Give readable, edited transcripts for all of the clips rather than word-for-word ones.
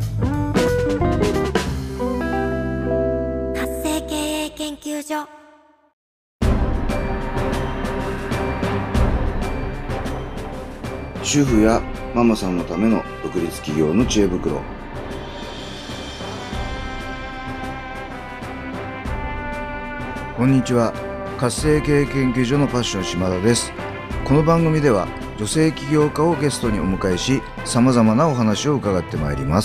活性経営研究所。 主婦やママさんのための独立企業の知恵袋。こんにちは。活性経営研究所のパッション島田です。この番組では女性起業家をゲストにお迎えし、様々なお話を伺ってまいります。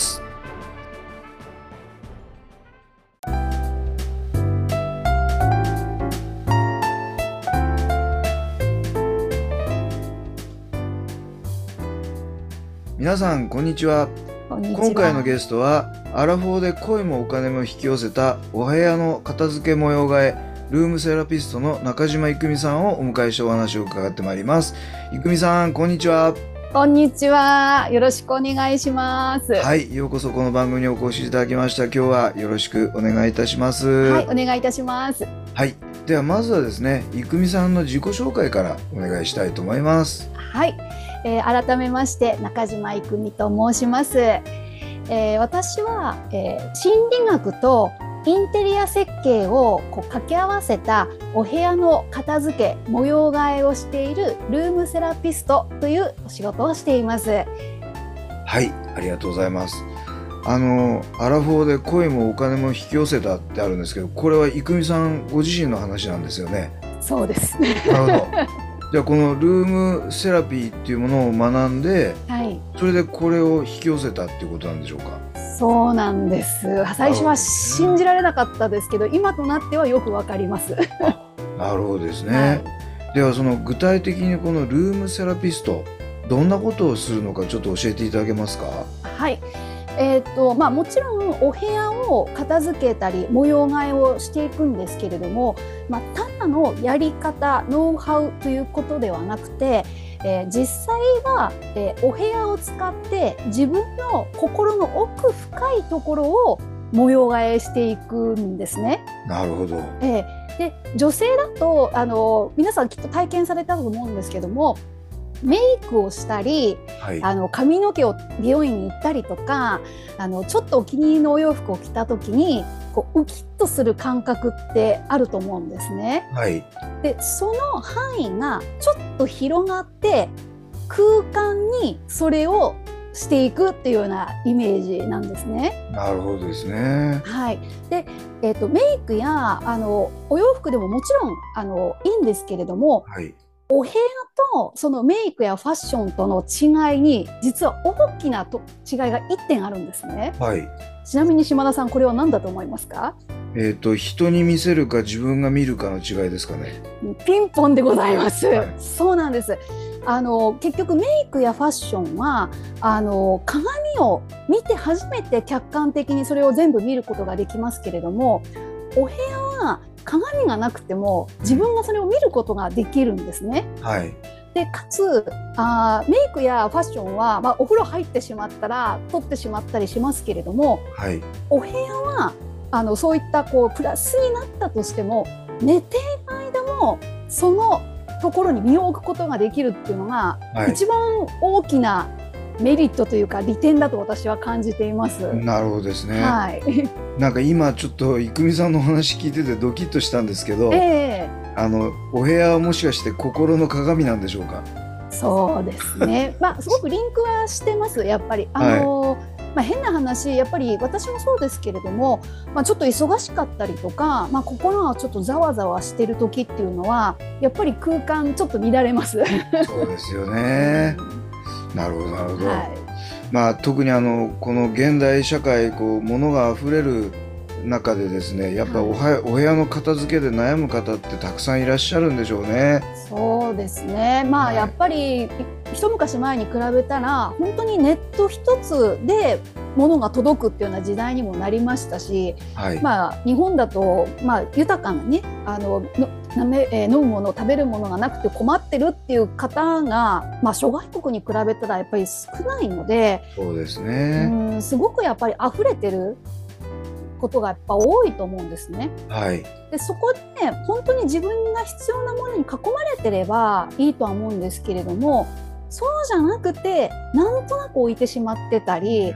皆さんこんにちは。今回のゲストはアラフォーで恋もお金も引き寄せたお部屋の片付け模様替えルームセラピストの中島郁美さんをお迎えしてお話を伺ってまいります。郁美さんこんにちは。 こんにちは。よろしくお願いします。 はい、ようこそこの番組にお越しいただきました。今日はよろしくお願いいたします。 はい、お願いいたします。 はい、ではまずはですね、郁美さんの自己紹介からお願いしたいと思います。 はい、改めまして中島郁美と申します。私は、心理学とインテリア設計を掛け合わせたお部屋の片付け模様替えをしているルームセラピストというお仕事をしています。 はい、ありがとうございます。アラフォーで恋もお金も引き寄せたってあるんですけど、これは郁美さんご自身の話なんですよね。 そうです。 なるほど。じゃあこのルームセラピーっていうものを学んで、はい、それでこれを引き寄せたっていうことなんでしょうか。 そうなんです。最初は信じられなかったですけど、今となってはよくわかります。 なるほどですね。はい、ではその具体的にこのルームセラピストどんなことをするのかちょっと教えていただけますか。 はい。もちろんお部屋を片付けたり模様替えをしていくんですけれども、ただのやり方ノウハウということではなくて、実際は、お部屋を使って自分の心の奥深いところを模様替えしていくんですね。 なるほど。 で女性だと皆さんきっと体験されたと思うんですけども、メイクをしたり、はい、髪の毛を美容院に行ったりとかちょっとお気に入りのお洋服を着た時にウキッとする感覚ってあると思うんですね。 はい、 でその範囲がちょっと広がって空間にそれをしていくっていうようなイメージなんですね。 なるほどですね。 はい。で、メイクやお洋服でももちろんいいんですけれども、はい、お部屋とそのメイクやファッションとの違いに実は大きな違いが1点あるんですね。 はい、 ちなみに島田さんこれは何だと思いますか？ 人に見せるか自分が見るかの違いですかね。 ピンポンでございます。 はい、 そうなんです。結局メイクやファッションは鏡を見て初めて客観的にそれを全部見ることができますけれども、お部屋は鏡がなくても自分がそれを見ることができるんですね。 はい、 でかつメイクやファッションは、お風呂入ってしまったら取ってしまったりしますけれども、はい、お部屋はそういったプラスになったとしても寝ている間もそのところに身を置くことができるっていうのが、はい、一番大きなメリットというか利点だと私は感じています。 なるほどですね。 はい、 なんか今ちょっと郁美さんのお話聞いててドキッとしたんですけど、お部屋はもしかして心の鏡なんでしょうか。 そうですね。すごくリンクはしてますやっぱり。変な話やっぱり私もそうですけれども、ちょっと忙しかったりとか、心がちょっとざわざわしてる時っていうのはやっぱり空間ちょっと乱れます。 そうですよね。なるほどなるほど。はい、特にこの現代社会物があふれる中でですね、やっぱお部屋の片付けで悩む方ってたくさんいらっしゃるんでしょうね。 そうですね。はい、やっぱり一昔前に比べたら本当にネット一つで物が届くっていうような時代にもなりましたし、はい、日本だと、豊かなね飲むもの食べるものがなくて困ってるっていう方が、諸外国に比べたらやっぱり少ないので、 そうですね。 すごくやっぱり溢れてることがやっぱ多いと思うんですね。 はい、 でそこで本当に自分が必要なものに囲まれてればいいとは思うんですけれども、そうじゃなくてなんとなく置いてしまってたり、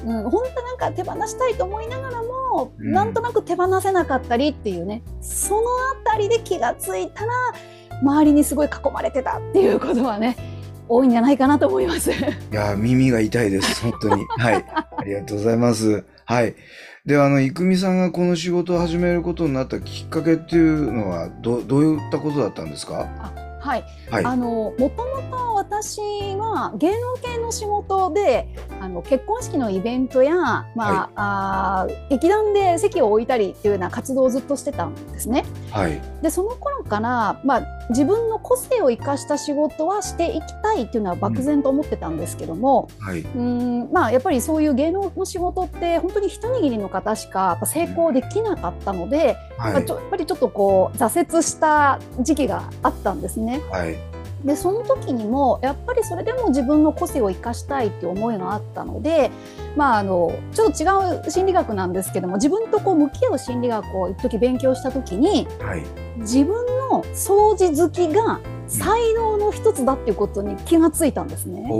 本当なんか手放したいと思いながらも、なんとなく手放せなかったりっていうね、そのあたりで気がついたら周りにすごい囲まれてたっていうことはね、多いんじゃないかなと思います。いや、耳が痛いです本当に。はい、ありがとうございます。はい。では郁美さんがこの仕事を始めることになったきっかけっていうのはどういったことだったんですか？ はい、もともと私は芸能系の仕事で結婚式のイベントや、劇団で席を置いたりっていうような活動をずっとしてたんですね。はい、でその頃から、自分の個性を生かした仕事はしていきたいっていうのは漠然と思ってたんですけども、やっぱりそういう芸能の仕事って本当に一握りの方しか成功できなかったので、やっぱりちょっとこう挫折した時期があったんですね。でその時にもやっぱりそれでも自分の個性を生かしたいっていう思いがあったので、ちょっと違う心理学なんですけども、自分とこう向き合う心理学を一時勉強した時に、自分の掃除好きが才能の一つだっていうことに気がついたんですね。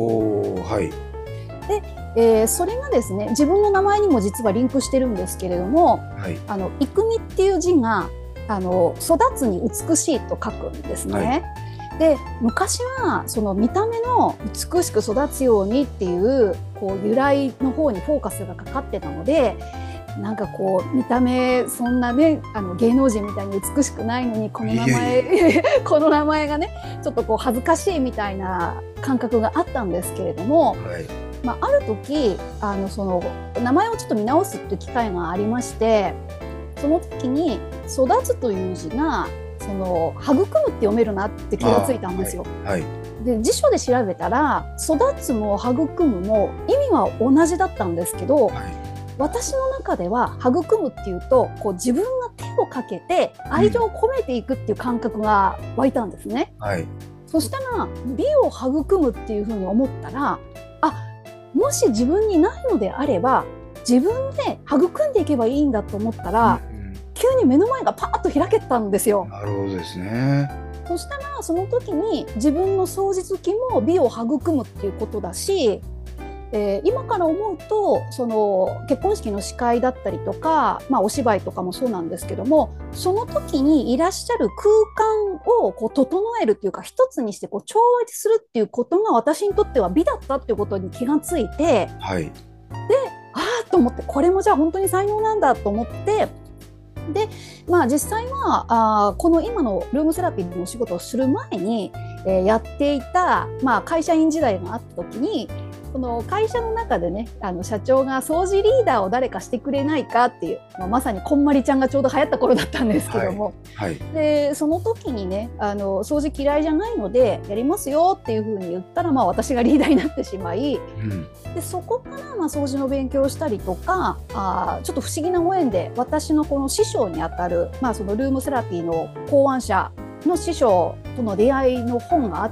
でそれがですね、自分の名前にも実はリンクしてるんですけれども、育美っていう字が育つに美しいと書くんですね。で昔はその見た目の美しく育つようにっていう由来の方にフォーカスがかかってたので、なんかこう見た目そんなね芸能人みたいに美しくないのにこの名前この名前がねちょっとこう恥ずかしいみたいな感覚があったんですけれども、ある時その名前をちょっと見直すっていう機会がありまして、その時に育つという字がその育むって読めるなって気がついたんですよ。で辞書で調べたら育つも育むも意味は同じだったんですけど、私の中では育むっていうとこう自分が手をかけて愛情を込めていくっていう感覚が湧いたんですね。そしたら美を育むっていうふうに思ったら、もし自分にないのであれば自分で育んでいけばいいんだと思ったら、急に目の前がパーッと開けたんですよ。 なるほどですね。 そしたらその時に自分の掃除好きも美を育むっていうことだし、今から思うとその結婚式の司会だったりとか、お芝居とかもそうなんですけども、その時にいらっしゃる空間をこう整えるっていうか一つにしてこう調和するっていうことが私にとっては美だったっていうことに気がついて、でと思って、これもじゃあ本当に才能なんだと思って、で実際はこの今のルームセラピーのお仕事をする前に、やっていた、会社員時代があった時に、その会社の中でね社長が掃除リーダーを誰かしてくれないかっていう、まさにこんまりちゃんがちょうど流行った頃だったんですけども、でその時にね掃除嫌いじゃないのでやりますよっていうふうに言ったら、私がリーダーになってしまい、でそこから掃除の勉強をしたりとか、ちょっと不思議なご縁で私のこの師匠にあたる、そのルームセラピーの考案者の師匠との出会いの本があって、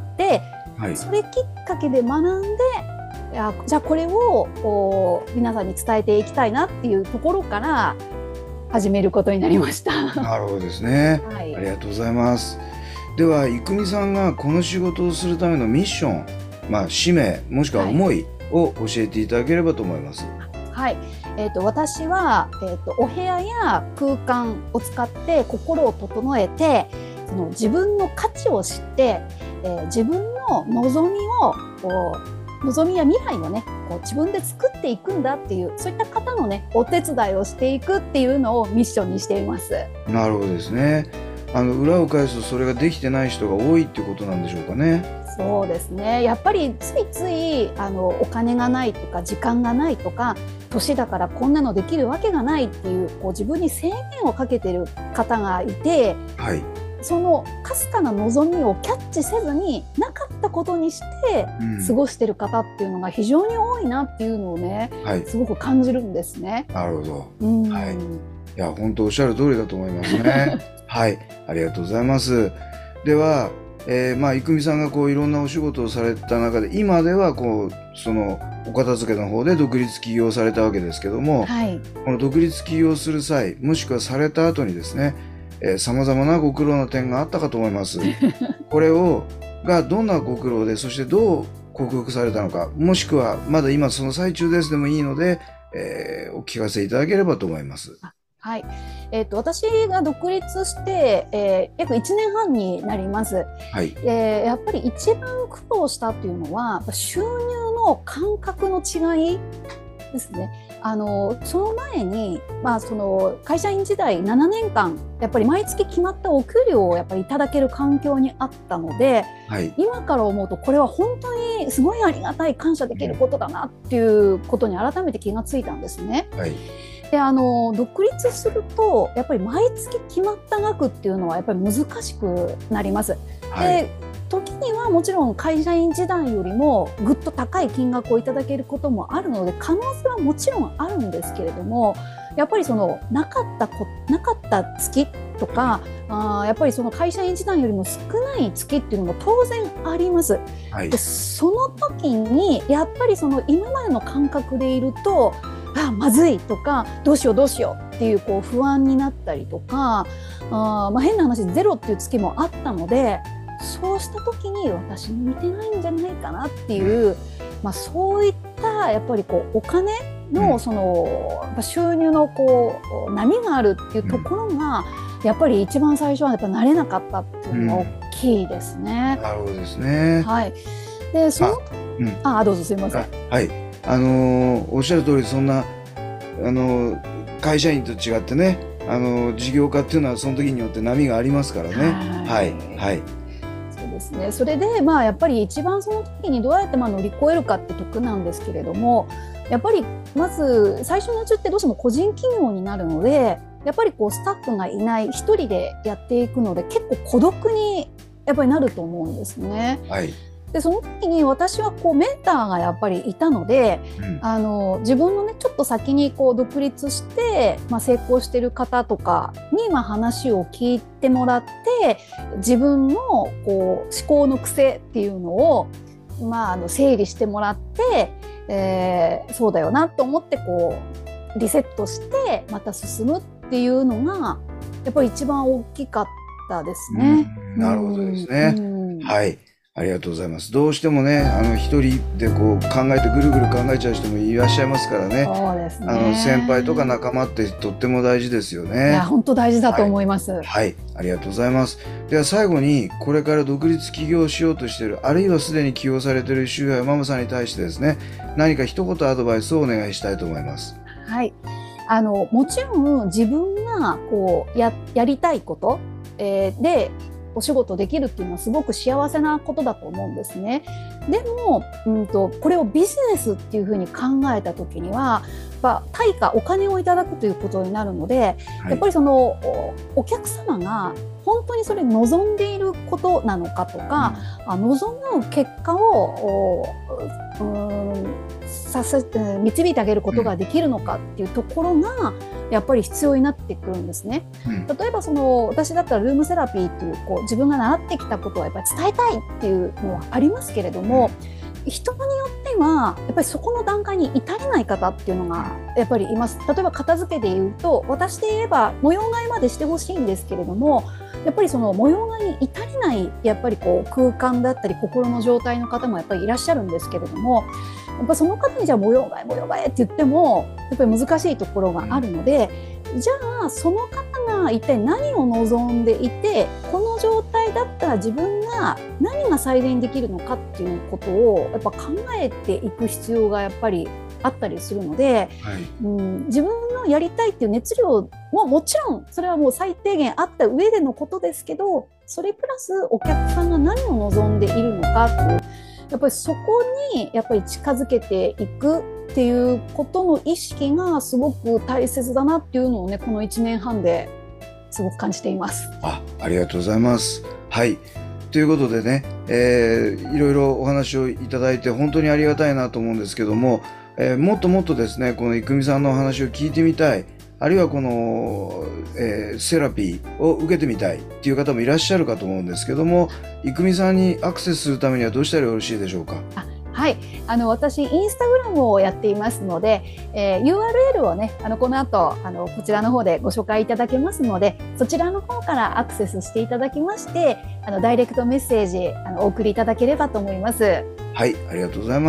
それきっかけで学んで、じゃあこれを皆さんに伝えていきたいなっていうところから始めることになりました。 なるほどですね、ありがとうございます。では育美さんがこの仕事をするためのミッション、使命もしくは思いを教えていただければと思います。 私は、お部屋や空間を使って心を整えて、その自分の価値を知って、自分の望みや未来をね自分で作っていくんだっていう、そういった方のねお手伝いをしていくっていうのをミッションにしています。 なるほどですね。裏を返すとそれができてない人が多いってことなんでしょうかね。 そうですね、やっぱりついついお金がないとか時間がないとか、年だからこんなのできるわけがないっていう、自分に制限をかけてる方がいて、そのかすかな望みをキャッチせずになかったことにして過ごしてる方っていうのが非常に多いなっていうのをね、すごく感じるんですね。 なるほど、いや本当おっしゃる通りだと思いますね。ありがとうございます。では、育美さんがいろんなお仕事をされた中で、今ではそのお片付けの方で独立起業されたわけですけども、この独立起業する際もしくはされた後にですね、さまざまなご苦労の点があったかと思います。これがどんなご苦労で、そしてどう克服されたのか、もしくはまだ今その最中ですでもいいのでお聞かせいただければと思います。 はい、私が独立して、約1年半になります。 はい。 やっぱり一番苦労したっていうのは収入の感覚の違いですね。その前に、その会社員時代7年間やっぱり毎月決まったお給料をやっぱりいただける環境にあったので、 はい、 今から思うとこれは本当にすごいありがたい、感謝できることだなっていうことに改めて気がついたんですね。 はい。 で独立するとやっぱり毎月決まった額っていうのはやっぱり難しくなります。 はい、 で時にはもちろん会社員時代よりもぐっと高い金額をいただけることもあるので可能性はもちろんあるんですけれども、やっぱりそのなかった月とかやっぱりその会社員時代よりも少ない月っていうのも当然あります。 はい、 でその時にやっぱりその今までの感覚でいるとまずいとかどうしようっていう不安になったりとか変な話ゼロっていう月もあったので、そうした時に私向いてないんじゃないかなっていう、そういったやっぱりお金のその収入の波があるっていうところがやっぱり一番最初はやっぱ慣れなかったっていうのが大きいですね。 なるほどですね。 はい。でそのどうぞすみません。 はい。おっしゃる通り、そんな会社員と違ってね、事業家っていうのはその時によって波がありますからね。はい、はい。 そうですね。それでやっぱり一番その時にどうやって乗り越えるかってとこなんですけれども、やっぱりまず最初のうちってどうしても個人企業になるので、やっぱりスタッフがいない一人でやっていくので結構孤独にやっぱりなると思うんですね。 はい。 でその時に私はメンターがやっぱりいたので、自分のねちょっと先に独立して、成功している方とかに話を聞いてもらって、自分の思考の癖っていうのを、整理してもらって、そうだよなと思ってリセットしてまた進むっていうのがやっぱり一番大きかったですね。 なるほどですね。はい。ありがとうございます。どうしてもね、一人で考えてぐるぐる考えちゃう人もいらっしゃいますからね。 そうですね。 先輩とか仲間ってとっても大事ですよね。 いや、本当大事だと思います。 はい、はい、ありがとうございます。では最後に、これから独立起業しようとしている、あるいはすでに起業されている主婦やママさんに対してですね、何か一言アドバイスをお願いしたいと思います。 はい。もちろん自分がやりたいこと、でお仕事できるっていうのはすごく幸せなことだと思うんですね。でも、これをビジネスっていうふうに考えた時には対価お金をいただくということになるので、やっぱりそのお客様が本当にそれ望んでいることなのかとか、望む結果を導いてあげることができるのかっていうところがやっぱり必要になってくるんですね。例えば私だったらルームセラピーっていう自分が習ってきたことをやっぱり伝えたいっていうのはありますけれども、人によってはやっぱりそこの段階に至れない方っていうのがやっぱりいます。例えば片付けで言うと、私で言えば模様替えまでしてほしいんですけれども、やっぱりその模様替えに至れないやっぱり空間だったり心の状態の方もやっぱりいらっしゃるんですけれども、やっぱその方にじゃあ模様替えって言ってもやっぱり難しいところがあるので、じゃあその方が一体何を望んでいて、この状態だったら自分が何が再現できるのかっていうことをやっぱ考えていく必要がやっぱりあったりするので、自分のやりたいっていう熱量ももちろんそれはもう最低限あった上でのことですけど、それプラスお客さんが何を望んでいるのかっていう、やっぱりそこにやっぱり近づけていくっていうことの意識がすごく大切だなっていうのをね、この1年半ですごく感じています。 ありがとうございます。はい。ということでね、いろいろお話をいただいて本当にありがたいなと思うんですけども、もっともっとですね、この郁美さんのお話を聞いてみたい、あるいはこの、セラピーを受けてみたいっていう方もいらっしゃるかと思うんですけども、郁美さんにアクセスするためにはどうしたらよろしいでしょうか。 はい、私インスタグラムをやっていますので、URL をねこの後こちらの方でご紹介いただけますので、そちらの方からアクセスしていただきましてダイレクトメッセージお送りいただければと思います。 はい、ありがとうございます。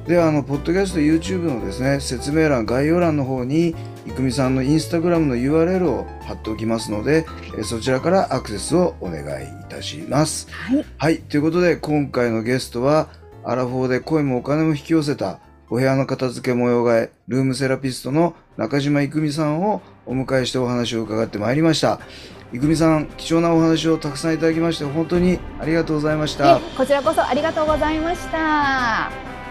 ではポッドキャスト YouTube のですね説明欄概要欄の方に郁美さんのインスタグラムの URL を貼っておきますので、そちらからアクセスをお願いいたします。 はい、 はい、ということで今回のゲストはアラフォーで恋もお金も引き寄せたお部屋の片付け模様替えルームセラピストの中島郁美さんをお迎えしてお話を伺ってまいりました。郁美さん、貴重なお話をたくさんいただきまして本当にありがとうございました。 こちらこそありがとうございました。